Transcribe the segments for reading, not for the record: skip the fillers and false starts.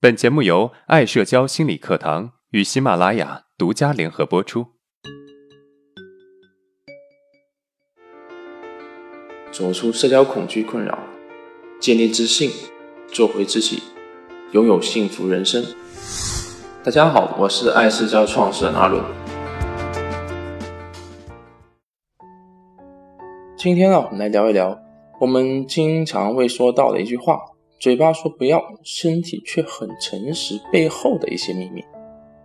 本节目由爱社交心理课堂与喜马拉雅独家联合播出。 走出社交恐惧困扰，建立自信，做回自己，拥有幸福人生。大家好，我是爱社交创始人阿伦。今天我们来聊一聊我们经常会说到的一句话，嘴巴说不要，身体却很诚实背后的一些秘密。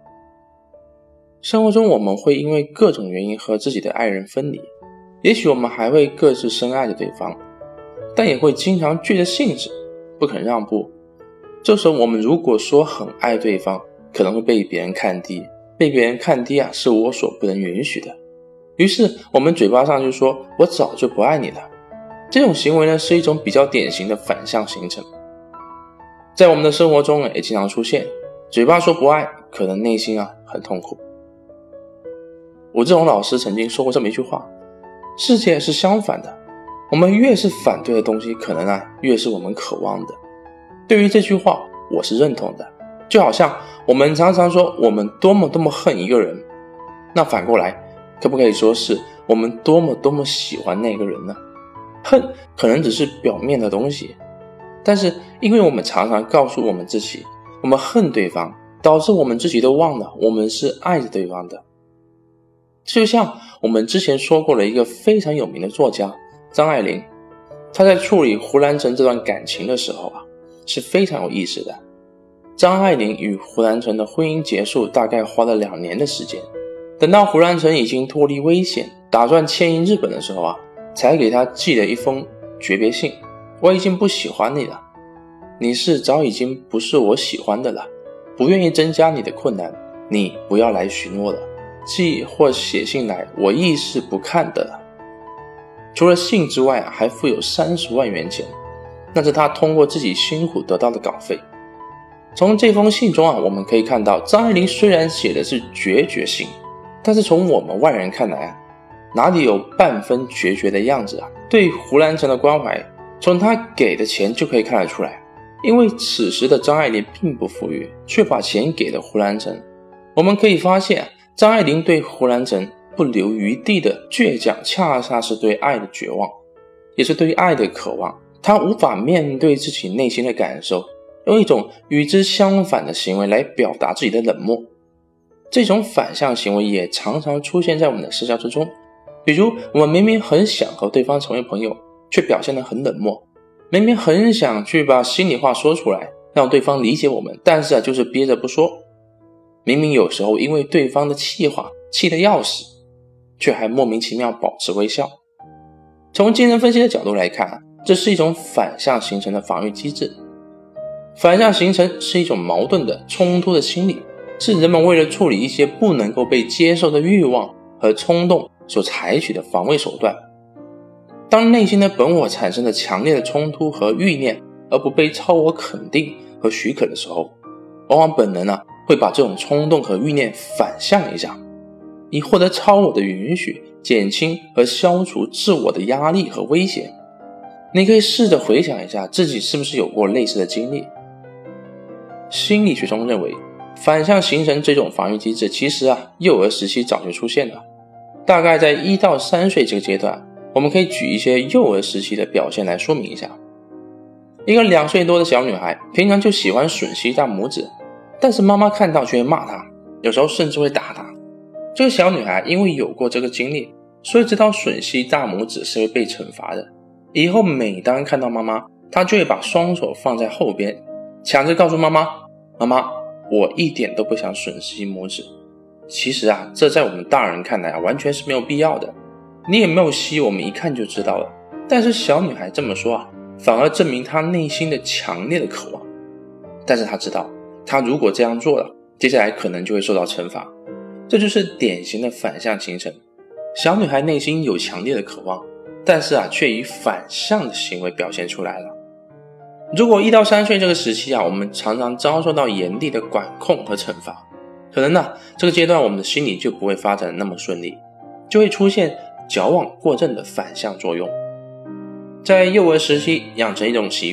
生活中我们会因为各种原因和自己的爱人分离，也许我们还会各自深爱着对方，但也会经常倔着性子不肯让步。这时候我们如果说很爱对方，可能会被别人看低，被别人看低是我所不能允许的。于是我们嘴巴上就说我早就不爱你了。这种行为呢，是一种比较典型的反向形成，在我们的生活中也经常出现。嘴巴说不爱，可能内心很痛苦。武志红老师曾经说过这么一句话，世界是相反的，我们越是反对的东西，可能越是我们渴望的。对于这句话我是认同的，就好像我们常常说我们多么恨一个人，那反过来可不可以说是我们多么喜欢那个人呢？恨可能只是表面的东西，但是因为我们常常告诉我们自己我们恨对方，导致我们自己都忘了我们是爱着对方的。就像我们之前说过的一个非常有名的作家张爱玲，她在处理胡兰成这段感情的时候是非常有意思的。张爱玲与胡兰成的婚姻结束大概花了2年的时间，等到胡兰成已经脱离危险，打算迁移日本的时候才给他寄了一封诀别信。我已经不喜欢你了，你是早已经不是我喜欢的了，不愿意增加你的困难，你不要来寻我了，寄或写信来我亦是不看的了。除了信之外还附有30万元钱，那是他通过自己辛苦得到的稿费。从这封信中我们可以看到，张爱玲虽然写的是决绝信，但是从我们外人看来哪里有半分决绝的样子对胡兰成的关怀从他给的钱就可以看得出来。因为此时的张爱玲并不富裕，却把钱给了胡兰成。我们可以发现张爱玲对胡兰成不留余地的倔强，恰恰是对爱的绝望，也是对爱的渴望。她无法面对自己内心的感受，用一种与之相反的行为来表达自己的冷漠。这种反向行为也常常出现在我们的社交之中，比如我们明明很想和对方成为朋友，却表现得很冷漠，明明很想去把心里话说出来让对方理解我们，但是就是憋着不说。明明有时候因为对方的气话气得要死，却还莫名其妙保持微笑。从精神分析的角度来看这是一种反向形成的防御机制。反向形成是一种矛盾的冲突的心理，是人们为了处理一些不能够被接受的欲望和冲动所采取的防卫手段。当内心的本我产生了强烈的冲突和欲念，而不被超我肯定和许可的时候，往往本能会把这种冲动和欲念反向一下，以获得超我的允许，减轻和消除自我的压力和威胁。你可以试着回想一下自己是不是有过类似的经历。心理学中认为反向形成这种防御机制其实幼儿时期早就出现了，大概在1到3岁这个阶段。我们可以举一些幼儿时期的表现来说明一下。一个2岁多的小女孩平常就喜欢吮吸大拇指，但是妈妈看到却会骂她，有时候甚至会打她。这个小女孩因为有过这个经历，所以知道吮吸大拇指是会被惩罚的。以后每当看到妈妈，她就会把双手放在后边，抢着告诉妈妈，妈妈，我一点都不想吮吸拇指。其实这在我们大人看来完全是没有必要的，你有没有吸我们一看就知道了。但是小女孩这么说反而证明她内心的强烈的渴望。但是她知道她如果这样做了，接下来可能就会受到惩罚。这就是典型的反向形成。小女孩内心有强烈的渴望，但是却以反向的行为表现出来了。如果1到3岁这个时期我们常常遭受到严厉的管控和惩罚，可能这个阶段我们的心理就不会发展那么顺利，就会出现矫枉过正的反向作用。在幼儿时期养成一种习惯，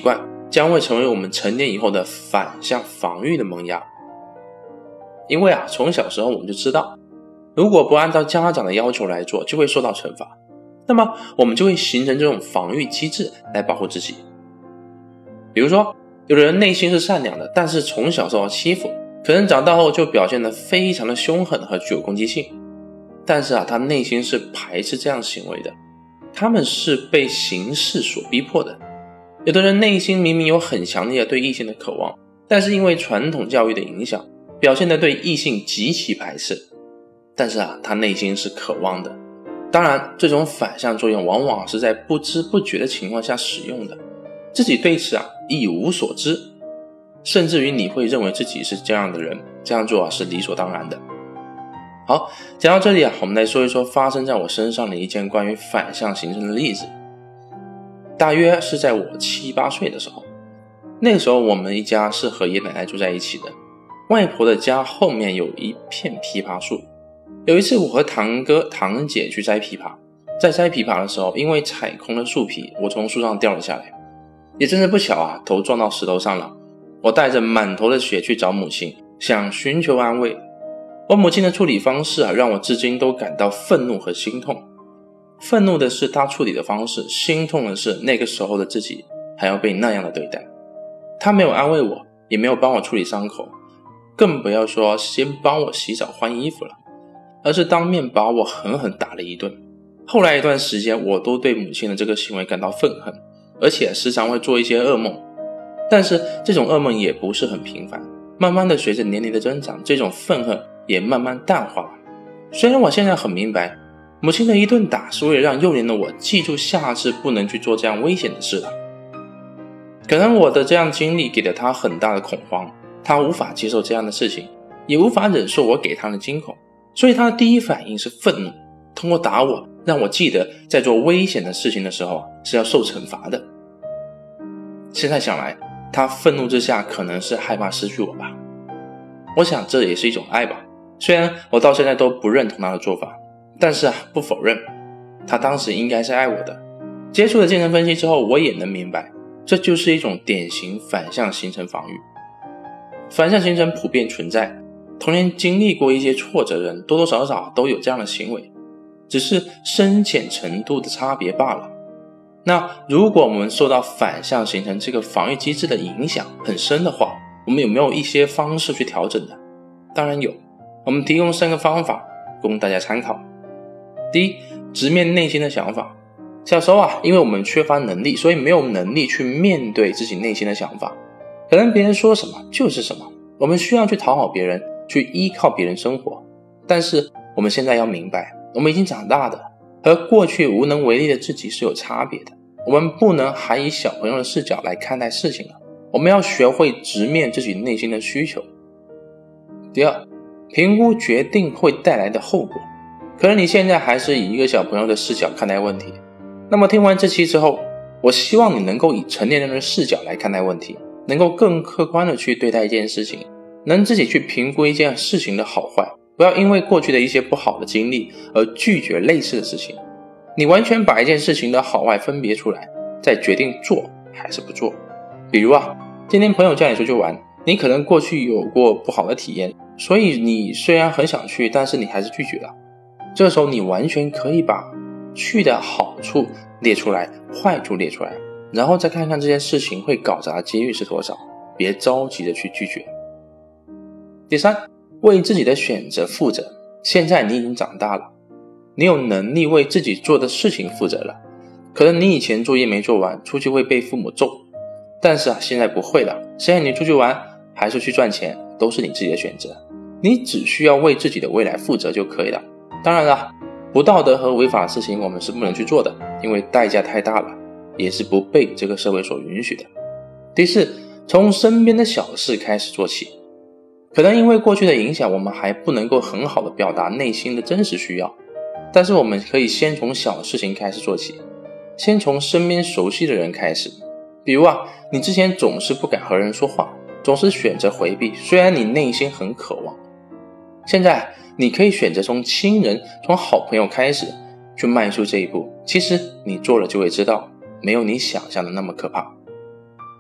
将会成为我们成年以后的反向防御的萌芽。因为从小时候我们就知道，如果不按照家长的要求来做，就会受到惩罚，那么我们就会形成这种防御机制来保护自己。比如说，有的人内心是善良的，但是从小受到欺负，可能长大后就表现得非常的凶狠和具有攻击性，但是他内心是排斥这样行为的，他们是被形势所逼迫的。有的人内心明明有很强烈的对异性的渴望，但是因为传统教育的影响，表现得对异性极其排斥，但是他内心是渴望的。当然，这种反向作用往往是在不知不觉的情况下使用的，自己对此一无所知，甚至于你会认为自己是这样的人，这样做是理所当然的。好，讲到这里我们来说一说发生在我身上的一件关于反向形成的例子。大约是在我7、8岁的时候，那个时候我们一家是和爷爷奶奶住在一起的，外婆的家后面有一片枇杷树。有一次我和堂哥堂姐去摘枇杷，在摘枇杷的时候，因为踩空了树皮，我从树上掉了下来，也真是不巧头撞到石头上了。我带着满头的血去找母亲，想寻求安慰。我母亲的处理方式让我至今都感到愤怒和心痛。愤怒的是她处理的方式，心痛的是那个时候的自己还要被那样的对待。她没有安慰我，也没有帮我处理伤口，更不要说先帮我洗澡换衣服了，而是当面把我狠狠打了一顿。后来一段时间，我都对母亲的这个行为感到愤恨，而且时常会做一些噩梦，但是这种噩梦也不是很频繁。慢慢的随着年龄的增长，这种愤恨也慢慢淡化了。虽然我现在很明白，母亲的一顿打是为了让幼年的我记住下次不能去做这样危险的事了。可能我的这样经历给了她很大的恐慌，她无法接受这样的事情，也无法忍受我给她的惊恐，所以她的第一反应是愤怒，通过打我让我记得在做危险的事情的时候是要受惩罚的。现在想来，她愤怒之下可能是害怕失去我吧，我想这也是一种爱吧。虽然我到现在都不认同她的做法，但是不否认她当时应该是爱我的。接触了精神分析之后，我也能明白，这就是一种典型反向形成防御。反向形成普遍存在，童年经历过一些挫折的人多多少少都有这样的行为，只是深浅程度的差别罢了。那如果我们受到反向形成这个防御机制的影响很深的话，我们有没有一些方式去调整呢？当然有，我们提供3个方法供大家参考。第一，直面内心的想法。小时候因为我们缺乏能力，所以没有能力去面对自己内心的想法，可能别人说什么就是什么，我们需要去讨好别人，去依靠别人生活。但是我们现在要明白，我们已经长大的，和过去无能为力的自己是有差别的。我们不能还以小朋友的视角来看待事情了，我们要学会直面自己内心的需求。第二，评估决定会带来的后果。可能你现在还是以一个小朋友的视角看待问题，那么听完这期之后，我希望你能够以成年人的视角来看待问题，能够更客观的去对待一件事情，能自己去评估一件事情的好坏，不要因为过去的一些不好的经历而拒绝类似的事情。你完全把一件事情的好坏分别出来，再决定做还是不做。比如今天朋友叫你出去玩，你可能过去有过不好的体验，所以你虽然很想去，但是你还是拒绝了。这时候你完全可以把去的好处列出来，坏处列出来，然后再看看这件事情会搞砸的几率是多少，别着急的去拒绝。第三，为自己的选择负责。现在你已经长大了，你有能力为自己做的事情负责了。可能你以前作业没做完，出去会被父母揍，但是现在不会了，现在你出去玩还是去赚钱，都是你自己的选择，你只需要为自己的未来负责就可以了。当然了，不道德和违法的事情我们是不能去做的，因为代价太大了，也是不被这个社会所允许的。第四，从身边的小事开始做起。可能因为过去的影响，我们还不能够很好的表达内心的真实需要，但是我们可以先从小事情开始做起，先从身边熟悉的人开始。比如你之前总是不敢和人说话，总是选择回避，虽然你内心很渴望，现在你可以选择从亲人，从好朋友开始去迈出这一步。其实你做了就会知道，没有你想象的那么可怕。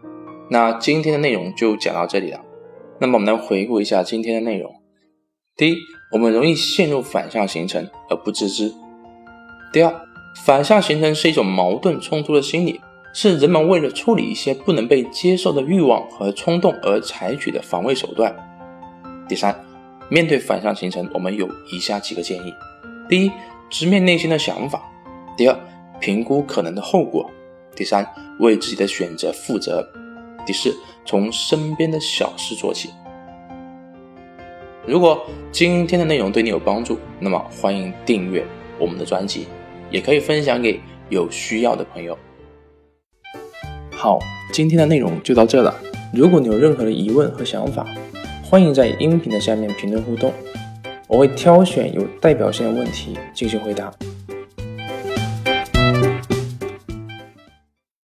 那今天的内容就讲到这里了。那么我们来回顾一下今天的内容。第一，我们容易陷入反向形成而不自知。第二，反向形成是一种矛盾冲突的心理，是人们为了处理一些不能被接受的欲望和冲动而采取的防卫手段。第三，面对反向形成，我们有以下几个建议。第一，直面内心的想法。第二，评估可能的后果。第三，为自己的选择负责。第四，从身边的小事做起。如果今天的内容对你有帮助，那么欢迎订阅我们的专辑，也可以分享给有需要的朋友。好，今天的内容就到这了。如果你有任何的疑问和想法，欢迎在音频的下面评论互动，我会挑选有代表性的问题进行回答。